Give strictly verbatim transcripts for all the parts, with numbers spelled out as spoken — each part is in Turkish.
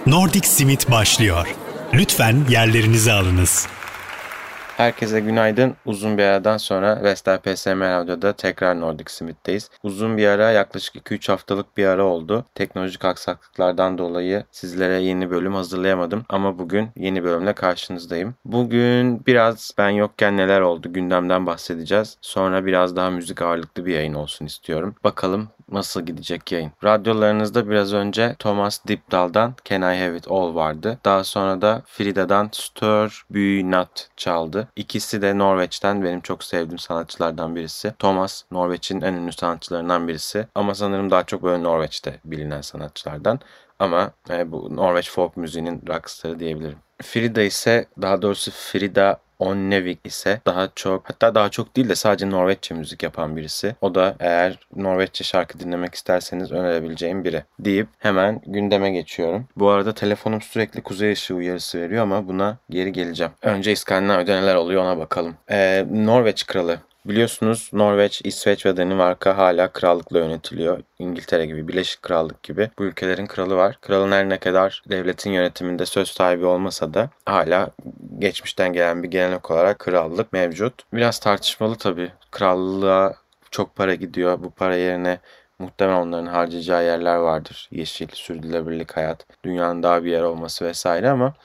Nordic Simit başlıyor. Lütfen yerlerinizi alınız. Herkese günaydın. Uzun bir aradan sonra Vestel P S M Radyo'da tekrar Nordic Simit'teyiz. Uzun bir ara, yaklaşık iki üç haftalık bir ara oldu. Teknolojik aksaklıklardan dolayı sizlere yeni bölüm hazırlayamadım ama bugün yeni bölümle karşınızdayım. Bugün biraz ben yokken neler oldu gündemden bahsedeceğiz. Sonra biraz daha müzik ağırlıklı bir yayın olsun istiyorum. Bakalım nasıl gidecek yayın. Radyolarınızda biraz önce Thomas Dipdal'dan Can I Have It All vardı. Daha sonra da Frida'dan Stör Büynat çaldı. İkisi de Norveç'ten benim çok sevdiğim sanatçılardan birisi. Thomas Norveç'in en ünlü sanatçılarından birisi. Ama sanırım daha çok böyle Norveç'te bilinen sanatçılardan. Ama e, bu Norveç folk müziğinin rockstarı diyebilirim. Frida ise, daha doğrusu Frida Onnevik ise daha çok, hatta daha çok değil de sadece Norveççe müzik yapan birisi. O da eğer Norveççe şarkı dinlemek isterseniz önerebileceğim biri deyip hemen gündeme geçiyorum. Bu arada telefonum sürekli kuzey ışığı uyarısı veriyor ama buna geri geleceğim. Önce İskandinav'da neler oluyor ona bakalım. Ee, Norveç kralı. Biliyorsunuz Norveç, İsveç ve Danimarka hala krallıkla yönetiliyor. İngiltere gibi, Birleşik Krallık gibi bu ülkelerin kralı var. Kralın her ne kadar devletin yönetiminde söz sahibi olmasa da hala geçmişten gelen bir gelenek olarak krallık mevcut. Biraz tartışmalı tabii. Krallığa çok para gidiyor. Bu para yerine muhtemelen onların harcayacağı yerler vardır. Yeşil, sürdürülebilirlik hayat, dünyanın daha bir yer olması vesaire ama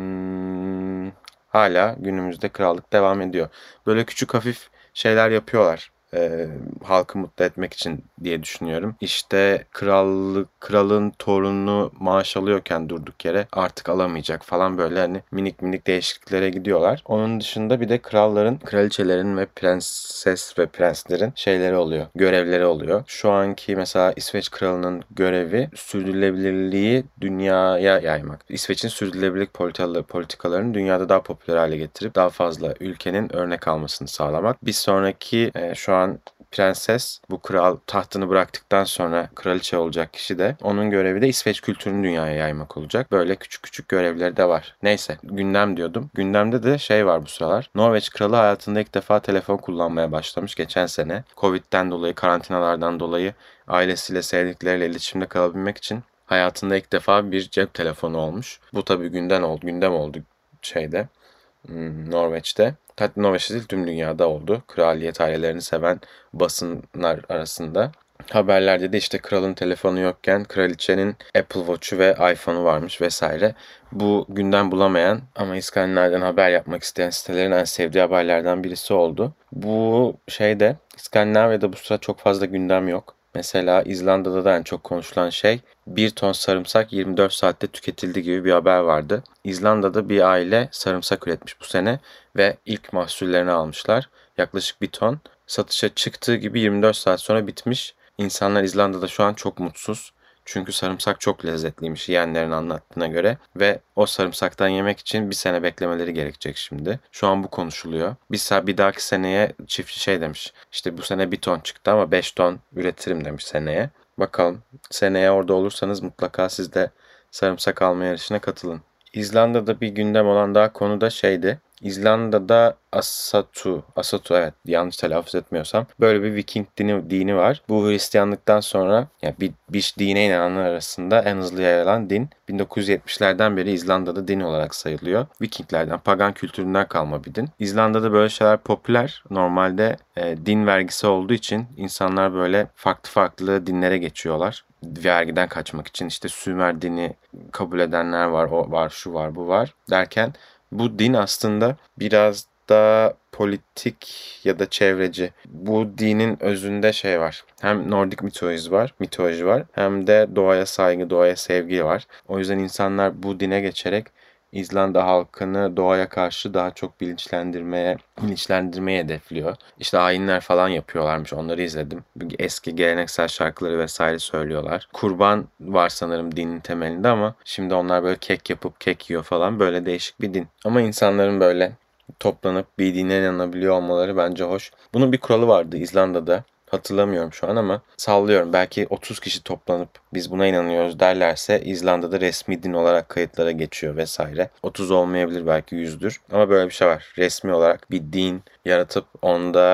hmm, hala günümüzde krallık devam ediyor. Böyle küçük hafif şeyler yapıyorlar. E, halkı mutlu etmek için diye düşünüyorum. İşte krallık, kralın torunu maaş alıyorken durduk yere artık alamayacak falan, böyle hani minik minik değişikliklere gidiyorlar. Onun dışında bir de kralların, kraliçelerin ve prenses ve prenslerin şeyleri oluyor. Görevleri oluyor. Şu anki mesela İsveç kralının görevi sürdürülebilirliği dünyaya yaymak. İsveç'in sürdürülebilirlik politikalarını dünyada daha popüler hale getirip daha fazla ülkenin örnek almasını sağlamak. Bir sonraki e, şu an prenses, bu kral tahtını bıraktıktan sonra kraliçe olacak kişi de, onun görevi de İsveç kültürünü dünyaya yaymak olacak. Böyle küçük küçük görevleri de var. Neyse, gündem diyordum. Gündemde de şey var bu sıralar. Norveç kralı hayatında ilk defa telefon kullanmaya başlamış geçen sene. Covid'den dolayı, karantinalardan dolayı ailesiyle, sevdikleriyle iletişimde kalabilmek için hayatında ilk defa bir cep telefonu olmuş. Bu tabii gündem oldu, gündem oldu şeyde, Norveç'te. Hatta Norveç'te değil, tüm dünyada oldu. Kraliyet ailelerini seven basınlar arasında. Haberlerde de işte kralın telefonu yokken kraliçenin Apple Watch'u ve iPhone'u varmış vesaire. Bu gündem bulamayan ama İskandinav'dan haber yapmak isteyen sitelerin en sevdiği haberlerden birisi oldu. Bu şeyde, İskandinavya'da bu sıra çok fazla gündem yok. Mesela İzlanda'da da en çok konuşulan şey bir ton sarımsak yirmi dört saatte tüketildi gibi bir haber vardı. İzlanda'da bir aile sarımsak üretmiş bu sene ve ilk mahsullerini almışlar. Yaklaşık bir ton. Satışa çıktığı gibi yirmi dört saat sonra bitmiş. İnsanlar İzlanda'da şu an çok mutsuz. Çünkü sarımsak çok lezzetliymiş yeğenlerin anlattığına göre ve o sarımsaktan yemek için bir sene beklemeleri gerekecek şimdi. Şu an bu konuşuluyor. Bir, bir dahaki seneye çiftçi şey demiş. İşte bu sene bir ton çıktı ama beş ton üretirim demiş seneye. Bakalım, seneye orada olursanız mutlaka siz de sarımsak alma yarışına katılın. İzlanda'da bir gündem olan daha konu da şeydi. İzlanda'da Asatu, Asatu evet, yanlış telaffuz etmiyorsam, böyle bir Viking dini, dini var. Bu Hristiyanlıktan sonra yani bir, bir dine inananlar arasında en hızlı yayılan din. bin dokuz yüz yetmişlerden beri İzlanda'da din olarak sayılıyor. Vikinglerden, pagan kültüründen kalma bir din. İzlanda'da böyle şeyler popüler. Normalde e, din vergisi olduğu için insanlar böyle farklı farklı dinlere geçiyorlar. Vergiden kaçmak için işte Sümer dini kabul edenler var, o var, şu var, bu var derken bu din aslında biraz da politik ya da çevreci. Bu dinin özünde şey var. Hem Nordik mitoloji var, mitoloji var, hem de doğaya saygı, doğaya sevgi var. O yüzden insanlar bu dine geçerek İzlanda halkını doğaya karşı daha çok bilinçlendirmeye, bilinçlendirmeye hedefliyor. İşte ayinler falan yapıyorlarmış. Onları izledim. Eski geleneksel şarkıları vesaire söylüyorlar. Kurban var sanırım dinin temelinde ama şimdi onlar böyle kek yapıp kek yiyor falan. Böyle değişik bir din. Ama insanların böyle toplanıp bir dine inanabiliyor olmaları bence hoş. Bunun bir kuralı vardı İzlanda'da. Hatırlamıyorum şu an ama sallıyorum. Belki otuz kişi toplanıp biz buna inanıyoruz derlerse İzlanda'da resmi din olarak kayıtlara geçiyor vesaire. otuz olmayabilir, belki yüzdür. Ama böyle bir şey var. Resmi olarak bir din yaratıp onda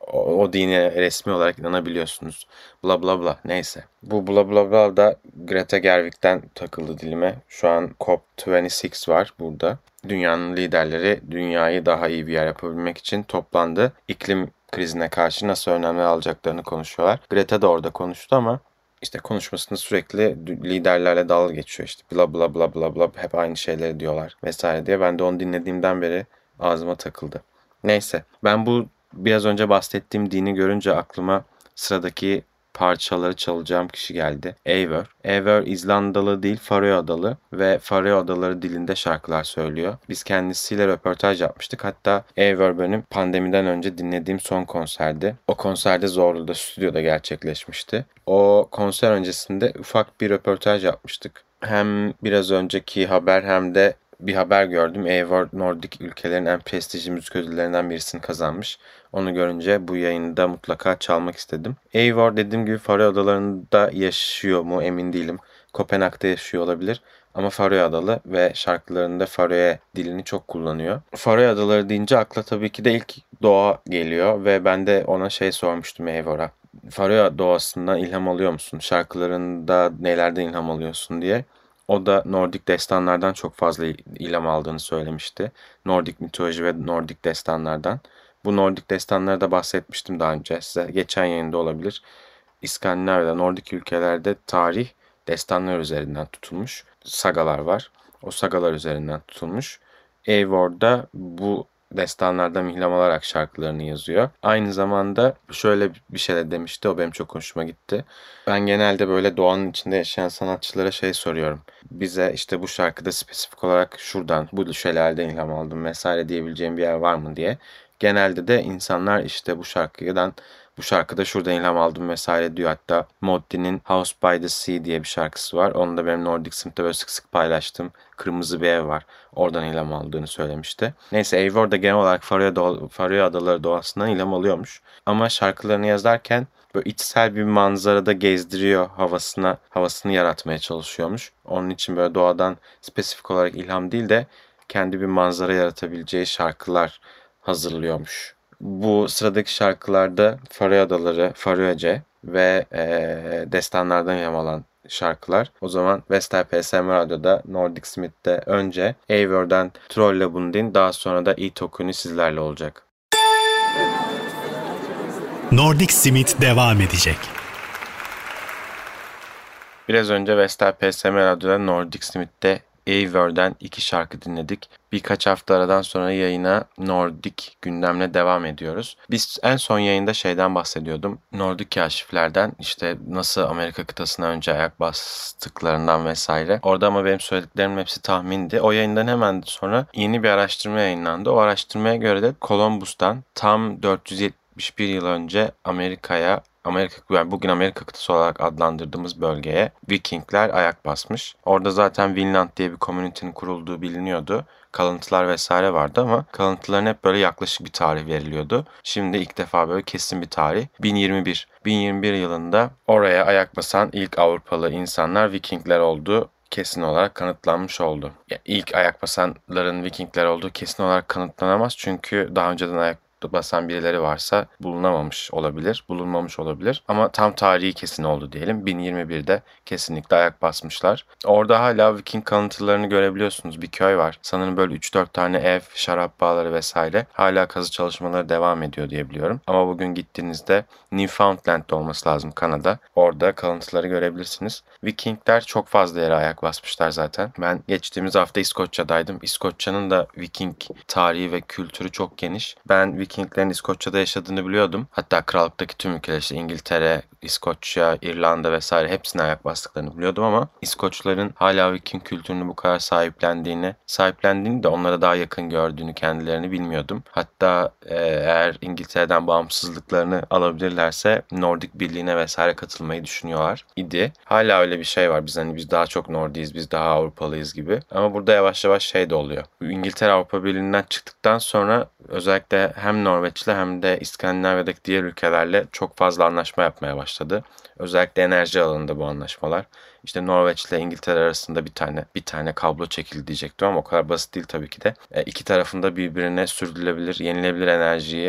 o, o dine resmi olarak inanabiliyorsunuz. Bla bla bla. Neyse. Bu bla bla bla da Greta Gerwig'den takıldı dilime. Şu an COP yirmi altı var burada. Dünyanın liderleri dünyayı daha iyi bir yer yapabilmek için toplandı. İklim krizine karşı nasıl önlemler alacaklarını konuşuyorlar. Greta da orada konuştu ama işte konuşmasında sürekli liderlerle dalga geçiyor, işte bla bla bla bla bla, hep aynı şeyleri diyorlar vesaire diye. Ben de onu dinlediğimden beri ağzıma takıldı. Neyse, ben bu biraz önce bahsettiğim dini görünce aklıma sıradaki parçaları çalacağım kişi geldi. Eivør. Eivør İzlandalı değil, Faroe Adalı ve Faroe Adaları dilinde şarkılar söylüyor. Biz kendisiyle röportaj yapmıştık. Hatta Eivør benim pandemiden önce dinlediğim son konserdi. O konserde Zorlu'da, stüdyoda gerçekleşmişti. O konser öncesinde ufak bir röportaj yapmıştık. Hem biraz önceki haber hem de bir haber gördüm. Eivør Nordik ülkelerin en prestijli müzik ödüllerinden birisini kazanmış. Onu görünce bu yayında mutlaka çalmak istedim. Eivør dediğim gibi Faroe Adaları'nda yaşıyor mu emin değilim. Kopenhag'da yaşıyor olabilir. Ama Faroe Adalı ve şarkılarında Faroe dilini çok kullanıyor. Faroe Adaları deyince akla tabii ki de ilk doğa geliyor ve ben de ona şey sormuştum Eivør'a. Faroe doğasından ilham alıyor musun? Şarkılarında nelerden ilham alıyorsun diye. O da Nordik destanlardan çok fazla ilham aldığını söylemişti. Nordik mitoloji ve Nordik destanlardan. Bu Nordik destanları da bahsetmiştim daha önce size. Geçen yayında olabilir. İskandinavya'da, Nordik ülkelerde tarih destanlar üzerinden tutulmuş. Sagalar var. O sagalar üzerinden tutulmuş. Eivor'da bu destanlardan ilham alarak şarkılarını yazıyor. Aynı zamanda şöyle bir şey de demişti. O benim çok hoşuma gitti. Ben genelde böyle doğanın içinde yaşayan sanatçılara şey soruyorum. Bize işte bu şarkıda spesifik olarak şuradan, bu şelaleden ilham aldım vesaire diyebileceğim bir yer var mı diye. Genelde de insanlar işte bu şarkıdan bu şarkıda şuradan ilham aldım vesaire diyor. Hatta Moddi'nin House by the Sea diye bir şarkısı var. Onu da benim Nordic Smith'te böyle sık sık paylaştığım Kırmızı bir ev var. Oradan ilham aldığını söylemişti. Neyse, Eivør da genel olarak Faroe, Doğa, Faroe Adaları doğasından ilham alıyormuş. Ama şarkılarını yazarken böyle içsel bir manzarada gezdiriyor havasına, havasını yaratmaya çalışıyormuş. Onun için böyle doğadan spesifik olarak ilham değil de kendi bir manzara yaratabileceği şarkılar hazırlıyormuş. Bu sıradaki şarkılarda Faroe Adaları, Faroece ve e, destanlardan ilham alan şarkılar. O zaman Vestel P S M Radyo'da Nordic Smith'te önce Eivør'den Trolle Bundin, daha sonra da İtokuni sizlerle olacak. Nordic Smith devam edecek. Biraz önce Vestel P S M Radyo'da Nordic Smith'te Eivør'den iki şarkı dinledik. Birkaç hafta aradan sonra yayına Nordik gündemle devam ediyoruz. Biz en son yayında şeyden bahsediyordum. Nordik kaşiflerden, işte nasıl Amerika kıtasına önce ayak bastıklarından vesaire. Orada ama benim söylediklerimin hepsi tahmindi. O yayından hemen sonra yeni bir araştırma yayınlandı. O araştırmaya göre de Columbus'tan tam dört yüz yetmiş bir yıl önce Amerika'ya Amerika, yani bugün Amerika kıtası olarak adlandırdığımız bölgeye Vikingler ayak basmış. Orada zaten Vinland diye bir komünitenin kurulduğu biliniyordu. Kalıntılar vesaire vardı ama kalıntıların hep böyle yaklaşık bir tarih veriliyordu. Şimdi ilk defa böyle kesin bir tarih. bin yirmi bir. bin yirmi bir yılında oraya ayak basan ilk Avrupalı insanlar Vikingler olduğu kesin olarak kanıtlanmış oldu. Yani ilk ayak basanların Vikingler olduğu kesin olarak kanıtlanamaz. Çünkü daha önceden ayak basan birileri varsa bulunamamış olabilir, bulunmamış olabilir. Ama tam tarihi kesin oldu diyelim. bin yirmi birde kesinlikle ayak basmışlar. Orada hala Viking kalıntılarını görebiliyorsunuz. Bir köy var. Sanırım böyle üç dört tane ev, şarap bağları vesaire. Hala kazı çalışmaları devam ediyor diye biliyorum. Ama bugün gittiğinizde Newfoundland'da olması lazım, Kanada. Orada kalıntıları görebilirsiniz. Vikingler çok fazla yere ayak basmışlar zaten. Ben geçtiğimiz hafta İskoçya'daydım. İskoçya'nın da Viking tarihi ve kültürü çok geniş. Ben Vikinglerin İskoçya'da yaşadığını biliyordum. Hatta krallıktaki tüm ülkeler, işte İngiltere, İskoçya, İrlanda vesaire, hepsine ayak bastıklarını biliyordum ama İskoçların hala Viking kültürünü bu kadar sahiplendiğini, sahiplendiğini de onlara daha yakın gördüğünü kendilerini bilmiyordum. Hatta e, eğer İngiltere'den bağımsızlıklarını alabilirlerse Nordik Birliği'ne vesaire katılmayı düşünüyorlar idi. Hala öyle bir şey var. Biz hani biz daha çok Nordiyiz, biz daha Avrupalıyız gibi. Ama burada yavaş yavaş şey de oluyor. İngiltere Avrupa Birliği'nden çıktıktan sonra özellikle hem Norveç'le hem de İskandinavya'daki diğer ülkelerle çok fazla anlaşma yapmaya başladı. Özellikle enerji alanında bu anlaşmalar. İşte Norveç'le İngiltere arasında bir tane bir tane kablo çekildi diyecektim ama o kadar basit değil tabii ki de. E, iki tarafında birbirine sürdürülebilir, yenilebilir enerjiyi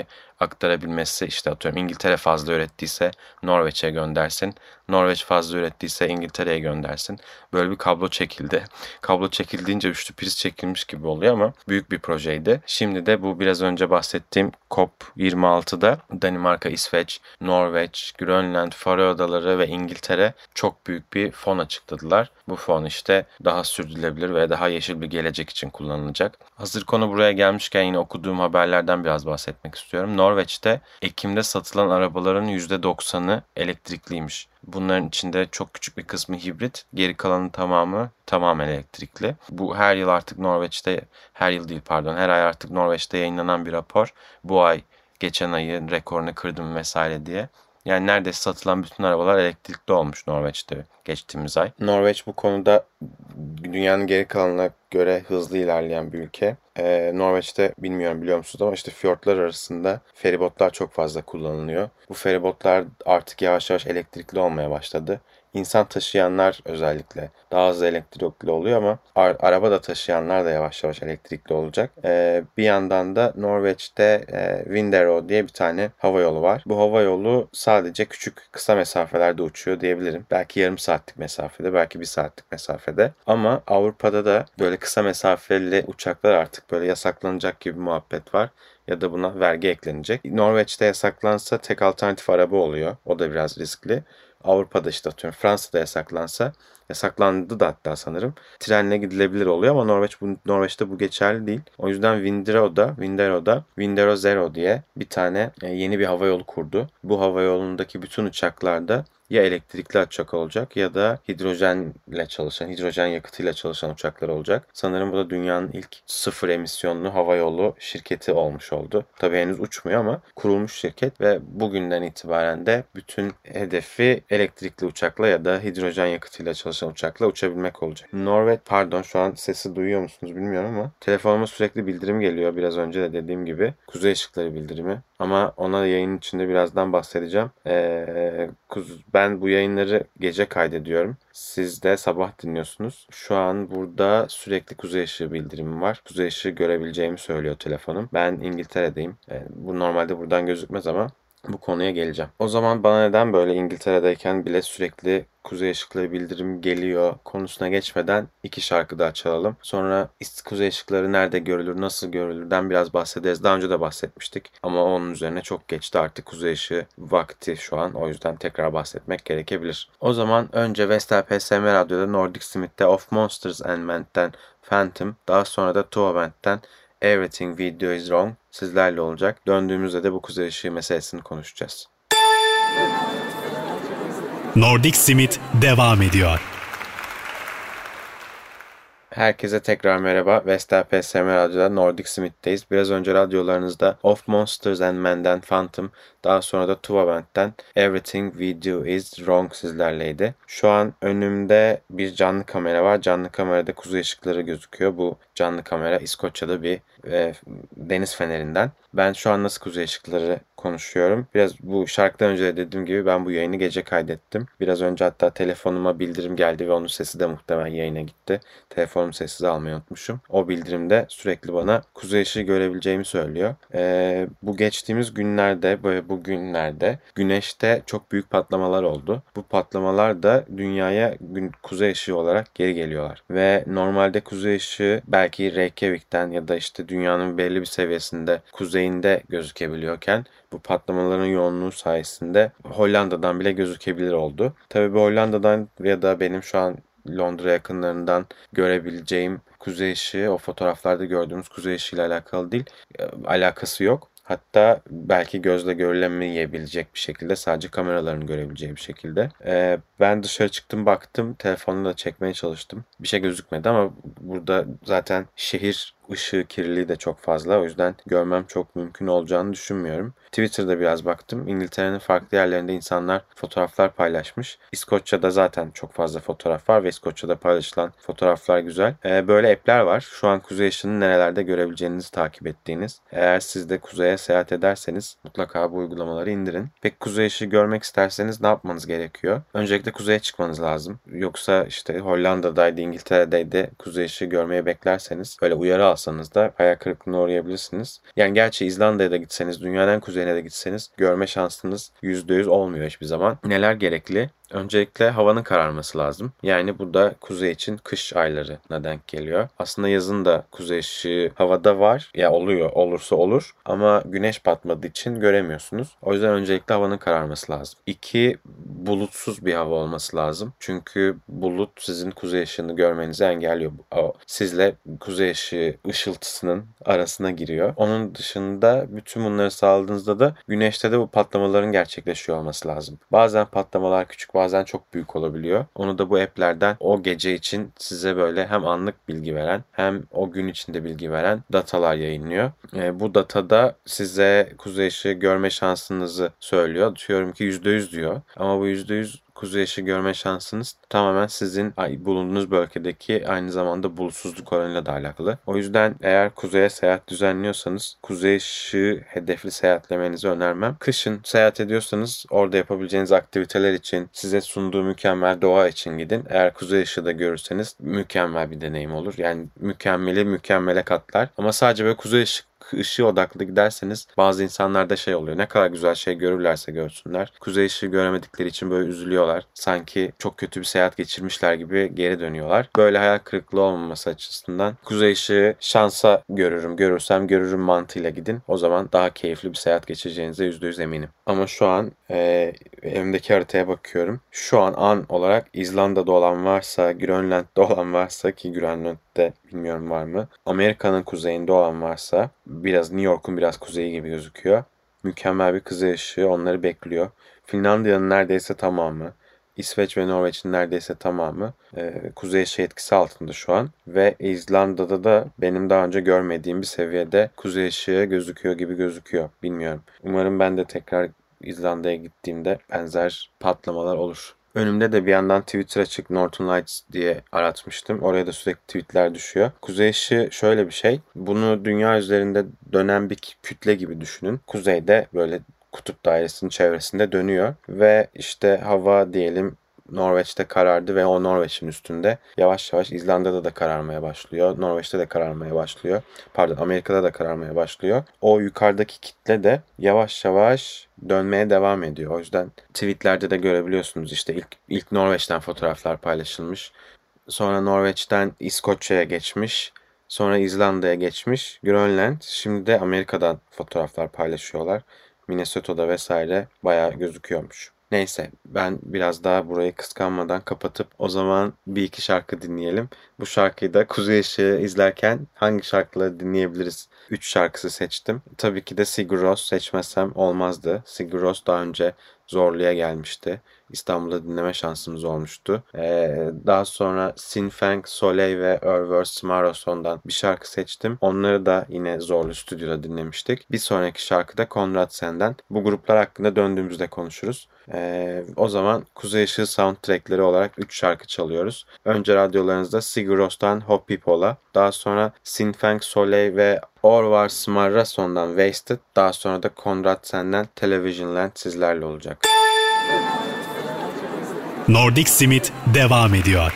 aktarabilmesi, işte atıyorum İngiltere fazla ürettiyse Norveç'e göndersin. Norveç fazla ürettiyse İngiltere'ye göndersin. Böyle bir kablo çekildi. Kablo çekildiğince üçlü priz çekilmiş gibi oluyor ama büyük bir projeydi. Şimdi de bu biraz önce bahsettiğim COP yirmi altıda Danimarka, İsveç, Norveç, Grönland, Faroe Adaları ve İngiltere çok büyük bir fon açıkladılar. Bu fon işte daha sürdürülebilir ve daha yeşil bir gelecek için kullanılacak. Hazır konu buraya gelmişken yine okuduğum haberlerden biraz bahsetmek istiyorum. Norveç'te Ekim'de satılan arabaların yüzde doksanı elektrikliymiş. Bunların içinde çok küçük bir kısmı hibrit, geri kalanın tamamı tamamen elektrikli. Bu her yıl artık Norveç'te, her yıl değil pardon, her ay artık Norveç'te yayınlanan bir rapor. Bu ay geçen ayın rekorunu kırdım vesaire diye. Yani neredeyse satılan bütün arabalar elektrikli olmuş Norveç'te geçtiğimiz ay. Norveç bu konuda dünyanın geri kalanına göre hızlı ilerleyen bir ülke. Ee, Norveç'te bilmiyorum biliyor musunuz ama işte fiyortlar arasında feribotlar çok fazla kullanılıyor. Bu feribotlar artık yavaş yavaş elektrikli olmaya başladı. İnsan taşıyanlar özellikle daha hızlı elektrikli oluyor ama ar- araba da taşıyanlar da yavaş yavaş elektrikli olacak. Ee, bir yandan da Norveç'te e, Vindero diye bir tane hava yolu var. Bu hava yolu sadece küçük kısa mesafelerde uçuyor diyebilirim. Belki yarım saatlik mesafede, belki bir saatlik mesafede. Ama Avrupa'da da böyle kısa mesafeli uçaklar artık böyle yasaklanacak gibi bir muhabbet var. Ya da buna vergi eklenecek. Norveç'te yasaklansa tek alternatif araba oluyor. O da biraz riskli. Avrupa'da işte atıyorum Fransa'da yasaklansa, yasaklandı da hatta sanırım, trenle gidilebilir oluyor ama Norveç bu, Norveç'te bu geçerli değil. O yüzden Windero'da, Windero'da Windero Zero diye bir tane e, yeni bir hava yolu kurdu. Bu hava yolundaki bütün uçaklarda ya elektrikli uçak olacak ya da hidrojenle çalışan, hidrojen yakıtıyla çalışan uçaklar olacak. Sanırım bu da dünyanın ilk sıfır emisyonlu hava yolu şirketi olmuş oldu. Tabii henüz uçmuyor ama kurulmuş şirket ve bugünden itibaren de bütün hedefi elektrikli uçakla ya da hidrojen yakıtıyla çalışan uçakla uçabilmek olacak. Norveç, pardon şu an sesi duyuyor musunuz bilmiyorum ama telefonuma sürekli bildirim geliyor. Biraz önce de dediğim gibi kuzey ışıkları bildirimi. Ama ona yayının içinde birazdan bahsedeceğim. Ee, ben bu yayınları gece kaydediyorum. Siz de sabah dinliyorsunuz. Şu an burada sürekli kuzey ışığı bildirimi var. Kuzey ışığı görebileceğimi söylüyor telefonum. Ben İngiltere'deyim. Ee, bu normalde buradan gözükmez ama bu konuya geleceğim. O zaman bana neden böyle İngiltere'deyken bile sürekli kuzey ışıkları bildirim geliyor konusuna geçmeden iki şarkı daha çalalım. Sonra kuzey ışıkları nerede görülür, nasıl görülürden biraz bahsederiz. Daha önce de bahsetmiştik ama onun üzerine çok geçti artık kuzey ışığı vakti şu an. O yüzden tekrar bahsetmek gerekebilir. O zaman önce Vestel P S M Radyo'da Nordic Smith'te Of Monsters and Men'ten Phantom, daha sonra da Tuva Band'den Everything We Do Is Wrong sizlerle olacak. Döndüğümüzde de bu kuzey ışığı meselesini konuşacağız. Nordic Smith devam ediyor. Herkese tekrar merhaba. Vestel P S M Radyo'da Nordic Smith'teyiz. Biraz önce radyolarınızda Of Monsters and Men'den Phantom, daha sonra da Tuva Band'den Everything We Do Is Wrong sizlerleydi. Şu an önümde bir canlı kamera var. Canlı kamerada kuzey ışıkları gözüküyor. Bu canlı kamera İskoçya'da bir e, deniz fenerinden. Ben şu an nasıl kuzey ışıkları konuşuyorum. Biraz bu şarkıdan önce de dediğim gibi ben bu yayını gece kaydettim. Biraz önce hatta telefonuma bildirim geldi ve onun sesi de muhtemelen yayına gitti. Telefonumu sessize almayı unutmuşum. O bildirimde sürekli bana kuzey ışığı görebileceğimi söylüyor. Ee, bu geçtiğimiz günlerde, böyle bu günlerde güneşte çok büyük patlamalar oldu. Bu patlamalar da dünyaya gün, kuzey ışığı olarak geri geliyorlar. Ve normalde kuzey ışığı belki Reykjavik'ten ya da işte dünyanın belli bir seviyesinde kuzeyinde gözükebiliyorken bu patlamaların yoğunluğu sayesinde Hollanda'dan bile gözükebilir oldu. Tabii bu Hollanda'dan ya da benim şu an Londra yakınlarından görebileceğim kuzey ışığı o fotoğraflarda gördüğümüz kuzey ışığı ile alakalı değil. Alakası yok. Hatta belki gözle görülemeyebilecek bir şekilde, sadece kameraların görebileceği bir şekilde. Ee, ben dışarı çıktım, baktım, telefonla da çekmeye çalıştım. Bir şey gözükmedi ama burada zaten şehir ışığı kirliliği de çok fazla. O yüzden görmem çok mümkün olacağını düşünmüyorum. Twitter'da biraz baktım. İngiltere'nin farklı yerlerinde insanlar fotoğraflar paylaşmış. İskoçya'da zaten çok fazla fotoğraf var ve İskoçya'da paylaşılan fotoğraflar güzel. Ee, böyle app'ler var. Şu an kuzey ışığını nerelerde görebileceğinizi takip ettiğiniz. Eğer siz de kuzeye seyahat ederseniz mutlaka bu uygulamaları indirin. Peki kuzey ışığı görmek isterseniz ne yapmanız gerekiyor? Öncelikle kuzeye çıkmanız lazım. Yoksa işte Hollanda'daydı, İngiltere'deydi, kuzey ışığı görmeye beklerseniz, böyle uyarı alsanız da hayal kırıklığına uğrayabilirsiniz. Yani gerçi İzlanda'ya da gitseniz, dünyanın en kuzeyine de gitseniz görme şansınız yüzde yüz olmuyor hiçbir zaman. Neler gerekli? Öncelikle havanın kararması lazım. Yani bu da kuzey için kış aylarına denk geliyor. Aslında yazın da kuzey ışığı havada var. Ya oluyor, olursa olur. Ama güneş batmadığı için göremiyorsunuz. O yüzden öncelikle havanın kararması lazım. İki, bulutsuz bir hava olması lazım. Çünkü bulut sizin kuzey ışığını görmenizi engelliyor. O sizle kuzey ışığı ışıltısının arasına giriyor. Onun dışında bütün bunları sağladığınızda da güneşte de bu patlamaların gerçekleşiyor olması lazım. Bazen patlamalar küçük, bazen çok büyük olabiliyor. Onu da bu app'lerden o gece için size böyle hem anlık bilgi veren hem o gün içinde bilgi veren datalar yayınlıyor. E, bu datada size kuzey ışığı görme şansınızı söylüyor. Diyorum ki yüzde yüz diyor. Ama bu yüzde yüz kuzey ışığı görme şansınız tamamen sizin bulunduğunuz bölgedeki aynı zamanda bulutsuzluk oranıyla da alakalı. O yüzden eğer kuzeye seyahat düzenliyorsanız kuzey ışığı hedefli seyahatlemenizi önermem. Kışın seyahat ediyorsanız orada yapabileceğiniz aktiviteler için, size sunduğu mükemmel doğa için gidin. Eğer kuzey ışığı da görürseniz mükemmel bir deneyim olur. Yani mükemmeli mükemmele katlar. Ama sadece böyle kuzey ışık ışığı odaklı giderseniz bazı insanlarda şey oluyor. Ne kadar güzel şey görürlerse görsünler. Kuzey ışığı göremedikleri için böyle üzülüyorlar. Sanki çok kötü bir seyahat geçirmişler gibi geri dönüyorlar. Böyle hayal kırıklığı olmaması açısından kuzey ışığı şansa görürüm, görürsem görürüm mantığıyla gidin. O zaman daha keyifli bir seyahat geçireceğinize yüzde yüz eminim. Ama şu an e, elimdeki haritaya bakıyorum. Şu an an olarak İzlanda'da olan varsa, Grönland'da olan varsa ki Grönland'de bilmiyorum var mı. Amerika'nın kuzeyinde olan varsa biraz New York'un biraz kuzeyi gibi gözüküyor. Mükemmel bir kuzey ışığı onları bekliyor. Finlandiya'nın neredeyse tamamı, İsveç ve Norveç'in neredeyse tamamı e, kuzey ışığı etkisi altında şu an. Ve İzlanda'da da benim daha önce görmediğim bir seviyede kuzey ışığı gözüküyor gibi gözüküyor. Bilmiyorum. Umarım ben de tekrar İzlanda'ya gittiğimde benzer patlamalar olur. Önümde de bir yandan Twitter açık, Northern Lights diye aratmıştım. Oraya da sürekli tweetler düşüyor. Kuzey ışığı şöyle bir şey. Bunu dünya üzerinde dönen bir kütle gibi düşünün. Kuzeyde böyle kutup dairesinin çevresinde dönüyor. Ve işte hava diyelim Norveç'te karardı ve o Norveç'in üstünde yavaş yavaş İzlanda'da da kararmaya başlıyor. Norveç'te de kararmaya başlıyor. Pardon, Amerika'da da kararmaya başlıyor. O yukarıdaki kitle de yavaş yavaş dönmeye devam ediyor. O yüzden tweetlerde de görebiliyorsunuz işte ilk, ilk Norveç'ten fotoğraflar paylaşılmış. Sonra Norveç'ten İskoçya'ya geçmiş. Sonra İzlanda'ya geçmiş. Grönland. Şimdi de Amerika'dan fotoğraflar paylaşıyorlar. Minnesota'da vesaire bayağı gözüküyormuş. Neyse, ben biraz daha burayı kıskanmadan kapatıp o zaman bir iki şarkı dinleyelim. Bu şarkıyı da Kuzey Işığı izlerken hangi şarkıları dinleyebiliriz? Üç şarkısı seçtim. Tabii ki de Sigur Rós seçmezsem olmazdı. Sigur Rós daha önce Zorlu'ya gelmişti. İstanbul'da dinleme şansımız olmuştu. Ee, daha sonra Sinfeng, Soleil ve Örvör Smaroson'dan bir şarkı seçtim. Onları da yine Zorlu Stüdyo'da dinlemiştik. Bir sonraki şarkı da Konrad Sen'den. Bu gruplar hakkında döndüğümüzde konuşuruz. Ee, o zaman Kuzey Işığı soundtrackleri olarak üç şarkı çalıyoruz. Önce radyolarınızda Sigur Ros'tan Hopi Pola, daha sonra Sinfeng, Soleil ve Orvar Smarrason'dan Wasted, daha sonra da Konrad Sen'den Television Land sizlerle olacak. Nordic Simit devam ediyor.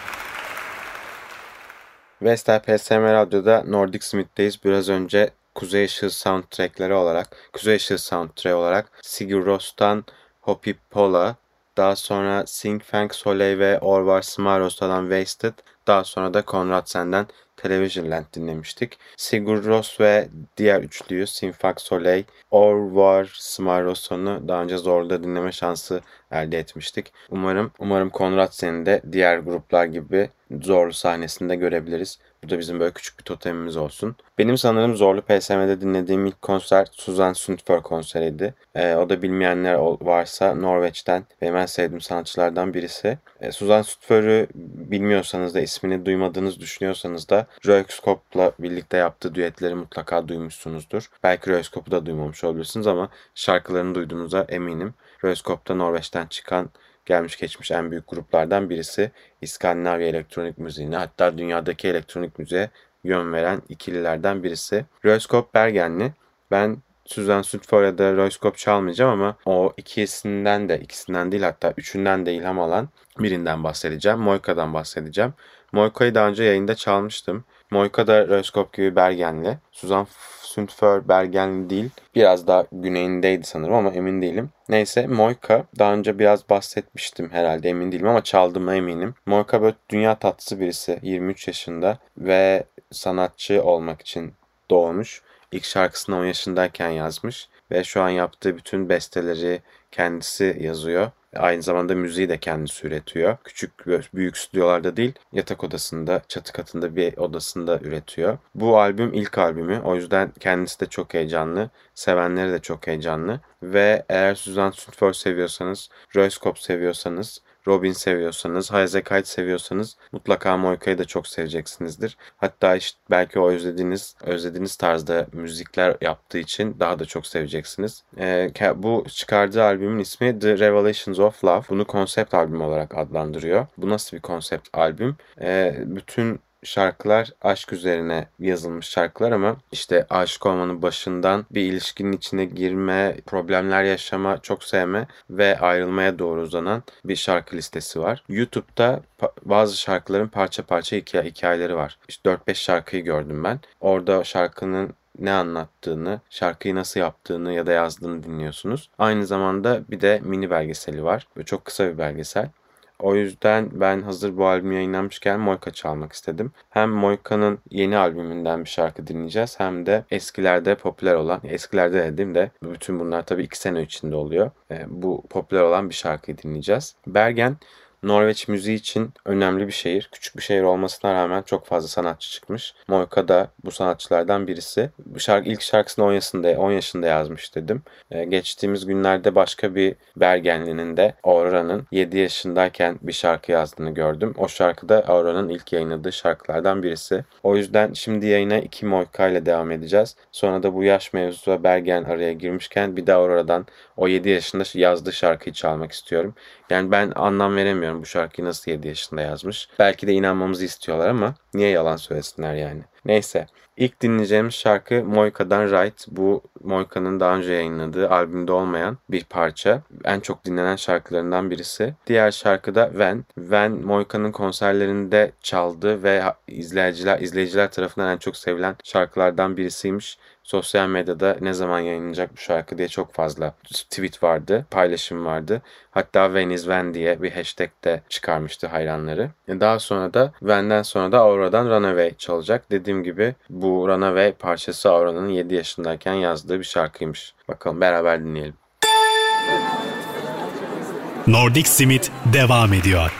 Vestel P S M Radyo'da Nordic Smith'teyiz. Biraz önce Kuzey Işığı soundtrackleri olarak, Kuzey Işığı soundtrack olarak Sigur Ros'tan Hopi Pola, daha sonra Sinfeng, Soleil ve Orvar Smarrason'dan Wasted, daha sonra da Konrad Sen'den Television Land dinlemiştik. Sigur Rós ve diğer üçlüyü Sinfeng, Soleil, Orvar Smarrason'u daha önce Zorlu'da dinleme şansı elde etmiştik. Umarım umarım Konrad Sen'i de diğer gruplar gibi Zorlu sahnesinde görebiliriz. Bu da bizim böyle küçük bir totemimiz olsun. Benim sanırım Zorlu P S M'de dinlediğim ilk konser Susan Sundfør konseriydi. Ee, o da bilmeyenler varsa Norveç'ten benim en sevdiğim sanatçılardan birisi. Ee, Susan Sundför'ü bilmiyorsanız da ismini duymadığınızı düşünüyorsanız da Röykskop'la birlikte yaptığı düetleri mutlaka duymuşsunuzdur. Belki Röykskop'u da duymamış olabilirsiniz ama şarkılarını duyduğunuza eminim. Röykskop'ta Norveç'ten çıkan gelmiş geçmiş en büyük gruplardan birisi. İskandinavya elektronik müziğine, hatta dünyadaki elektronik müziğe yön veren ikililerden birisi. Röykskop Bergenli. Ben Suzanne Sundfør ya da Roy Scope çalmayacağım ama o ikisinden de, ikisinden değil hatta üçünden de ilham alan birinden bahsedeceğim. Moika'dan bahsedeceğim. Moika'yı daha önce yayında çalmıştım. Moika da Roy Scope gibi Bergenli. Suzanne Sundfør Bergenli değil. Biraz daha güneyindeydi sanırım ama emin değilim. Neyse Moika daha önce biraz bahsetmiştim herhalde, emin değilim ama çaldığıma eminim. Moika böyle dünya tatlısı birisi, yirmi üç yaşında ve sanatçı olmak için doğmuş. İlk şarkısını on yaşındayken yazmış ve şu an yaptığı bütün besteleri kendisi yazıyor. Aynı zamanda müziği de kendisi üretiyor. Küçük, büyük stüdyolarda değil, yatak odasında, çatı katında bir odasında üretiyor. Bu albüm ilk albümü. O yüzden kendisi de çok heyecanlı. Sevenleri de çok heyecanlı. Ve eğer Suzanne Sundfør seviyorsanız, Roy Scope seviyorsanız, Robin seviyorsanız, Highasakite seviyorsanız mutlaka Moika'yı da çok seveceksinizdir. Hatta işte belki o özlediğiniz, özlediğiniz tarzda müzikler yaptığı için daha da çok seveceksiniz. Ee, bu çıkardığı albümün ismi The Revelations of Love. Bunu konsept albüm olarak adlandırıyor. Bu nasıl bir konsept albüm? Ee, bütün şarkılar aşk üzerine yazılmış şarkılar ama işte aşık olmanın başından bir ilişkinin içine girme, problemler yaşama, çok sevme ve ayrılmaya doğru uzanan bir şarkı listesi var. YouTube'da bazı şarkıların parça parça hikayeleri var. İşte dört beş şarkıyı gördüm ben. Orada şarkının ne anlattığını, şarkıyı nasıl yaptığını ya da yazdığını dinliyorsunuz. Aynı zamanda bir de mini belgeseli var. Böyle çok kısa bir belgesel. O yüzden ben hazır bu albüm yayınlanmışken Moika çalmak istedim. Hem Moika'nın yeni albümünden bir şarkı dinleyeceğiz hem de eskilerde popüler olan, eskilerde dediğim de bütün bunlar tabii iki sene içinde oluyor. Bu popüler olan bir şarkıyı dinleyeceğiz. Bergen, Norveç müziği için önemli bir şehir. Küçük bir şehir olmasına rağmen çok fazla sanatçı çıkmış. Moika da bu sanatçılardan birisi. Bu şarkı, ilk şarkısını on yaşında, on yaşında yazmış dedim. Ee, geçtiğimiz günlerde başka bir Bergenli'nin de Aurora'nın yedi yaşındayken bir şarkı yazdığını gördüm. O şarkı da Aurora'nın ilk yayınladığı şarkılardan birisi. O yüzden şimdi yayına iki Moika ile devam edeceğiz. Sonra da bu yaş mevzusu ve Bergen araya girmişken bir de Aurora'dan o yedi yaşında yazdığı şarkıyı çalmak istiyorum. Yani ben anlam veremiyorum bu şarkıyı nasıl yedi yaşında yazmış. Belki de inanmamızı istiyorlar ama niye yalan söylesinler yani. Neyse. İlk dinleyeceğimiz şarkı Moika'dan Right. Bu Moika'nın daha önce yayınladığı albümde olmayan bir parça. En çok dinlenen şarkılarından birisi. Diğer şarkı da When. When Moika'nın konserlerinde çaldı ve izleyiciler izleyiciler tarafından en çok sevilen şarkılardan birisiymiş. Sosyal medyada ne zaman yayınlanacak bu şarkı diye çok fazla tweet vardı, paylaşım vardı. Hatta When is When diye bir hashtag de çıkarmıştı hayranları. Daha sonra da When'den sonra da Aurora'dan Runaway çalacak. Dediğim gibi bu Runaway parçası Aurora'nın yedi yaşındayken yazdığı bir şarkıymış. Bakalım beraber dinleyelim. Nordic Smith devam ediyor.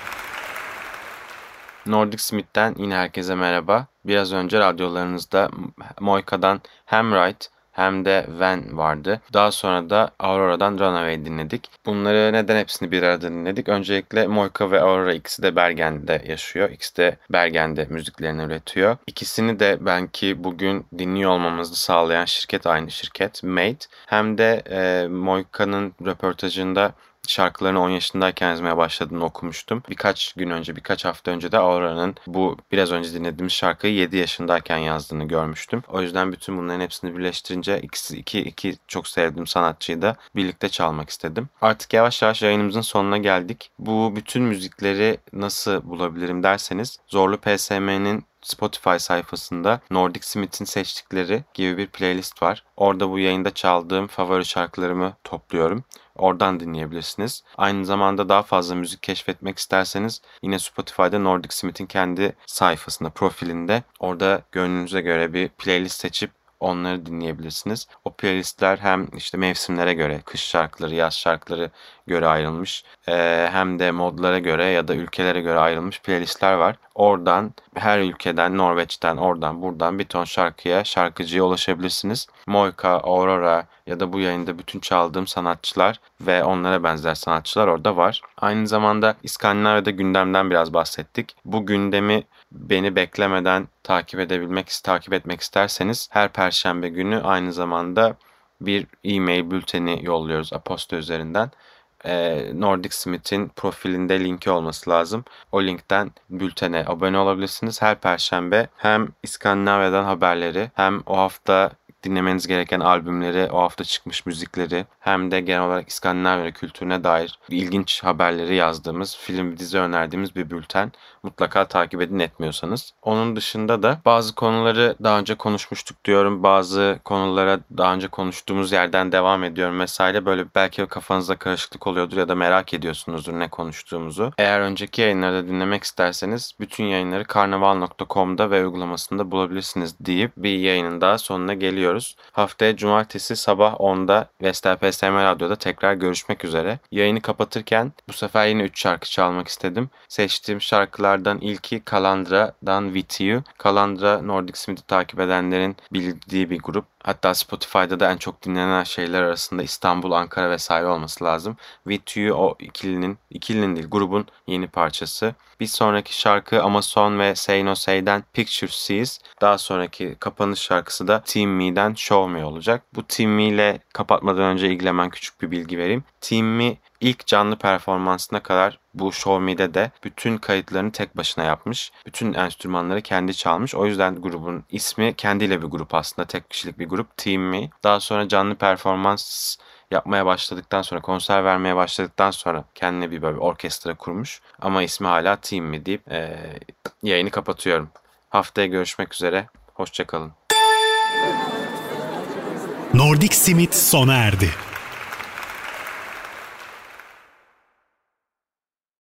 Nordic Smith'ten yine herkese merhaba. Biraz önce radyolarınızda Moika'dan hem Right hem de When vardı. Daha sonra da Aurora'dan Runaway dinledik. Bunları neden hepsini bir arada dinledik? Öncelikle Moika ve Aurora ikisi de Bergen'de yaşıyor. İkisi de Bergen'de müziklerini üretiyor. İkisini de belki bugün dinliyor olmamızı sağlayan şirket aynı şirket Made. Hem de e, Moika'nın röportajında şarkılarını on yaşındayken yazmaya başladığını okumuştum. Birkaç gün önce, birkaç hafta önce de Aurora'nın bu biraz önce dinlediğimiz şarkıyı yedi yaşındayken yazdığını görmüştüm. O yüzden bütün bunların hepsini birleştirince ikisi, iki, iki çok sevdiğim sanatçıyı da birlikte çalmak istedim. Artık yavaş yavaş yayınımızın sonuna geldik. Bu bütün müzikleri nasıl bulabilirim derseniz Zorlu P S M'nin Spotify sayfasında Nordic Smith'in seçtikleri gibi bir playlist var. Orada bu yayında çaldığım favori şarkılarımı topluyorum. Oradan dinleyebilirsiniz. Aynı zamanda daha fazla müzik keşfetmek isterseniz yine Spotify'da Nordic Smith'in kendi sayfasında, profilinde orada gönlünüze göre bir playlist seçip onları dinleyebilirsiniz. O playlistler hem işte mevsimlere göre, kış şarkıları, yaz şarkıları göre ayrılmış, ee, hem de modlara göre ya da ülkelere göre ayrılmış playlistler var. Oradan her ülkeden, Norveç'ten, oradan buradan bir ton şarkıya, şarkıcıya ulaşabilirsiniz. Moika, Aurora ya da bu yayında bütün çaldığım sanatçılar ve onlara benzer sanatçılar orada var. Aynı zamanda İskandinavya'da gündemden biraz bahsettik. Bu gündemi beni beklemeden takip edebilmek, takip etmek isterseniz her Perşembe günü aynı zamanda bir e-mail bülteni yolluyoruz Aposto üzerinden. Nordic Smith'in profilinde linki olması lazım. O linkten bültene abone olabilirsiniz. Her Perşembe hem İskandinavya'dan haberleri hem o hafta dinlemeniz gereken albümleri, o hafta çıkmış müzikleri hem de genel olarak İskandinavya kültürüne dair ilginç haberleri yazdığımız, film dizi önerdiğimiz bir bülten. Mutlaka takip edin etmiyorsanız. Onun dışında da bazı konuları daha önce konuşmuştuk diyorum. Bazı konulara daha önce konuştuğumuz yerden devam ediyorum vesaire. Böyle belki kafanızda karışıklık oluyordur ya da merak ediyorsunuzdur ne konuştuğumuzu. Eğer önceki yayınları da dinlemek isterseniz bütün yayınları karnaval nokta com'da ve uygulamasında bulabilirsiniz deyip bir yayının daha sonuna geliyoruz. Haftaya cumartesi sabah onda Vestel P S M Radyo'da tekrar görüşmek üzere. Yayını kapatırken bu sefer yine üç şarkı çalmak istedim. Seçtiğim şarkılardan ilki Kalandra'dan With You. Kalandra, Nordic Smith'i takip edenlerin bildiği bir grup. Hatta Spotify'da da en çok dinlenen şeyler arasında İstanbul, Ankara vesaire olması lazım. With You o ikilinin, ikilinin değil grubun yeni parçası. Bir sonraki şarkı Amazon ve Say No Say'den Picture Seas. Daha sonraki kapanış şarkısı da Team Me'den Show Me olacak. Bu Team Me ile kapatmadan önce ilgilen küçük bir bilgi vereyim. Team Me ilk canlı performansına kadar bu Show Me'de de bütün kayıtlarını tek başına yapmış. Bütün enstrümanları kendi çalmış. O yüzden grubun ismi kendiyle bir grup aslında. Tek kişilik bir grup Team Me. Daha sonra canlı performans yapmaya başladıktan sonra, konser vermeye başladıktan sonra kendine bir böyle orkestra kurmuş. Ama ismi hala Team Me deyip e, yayını kapatıyorum. Haftaya görüşmek üzere. Hoşça kalın. Nordic Simit sona erdi.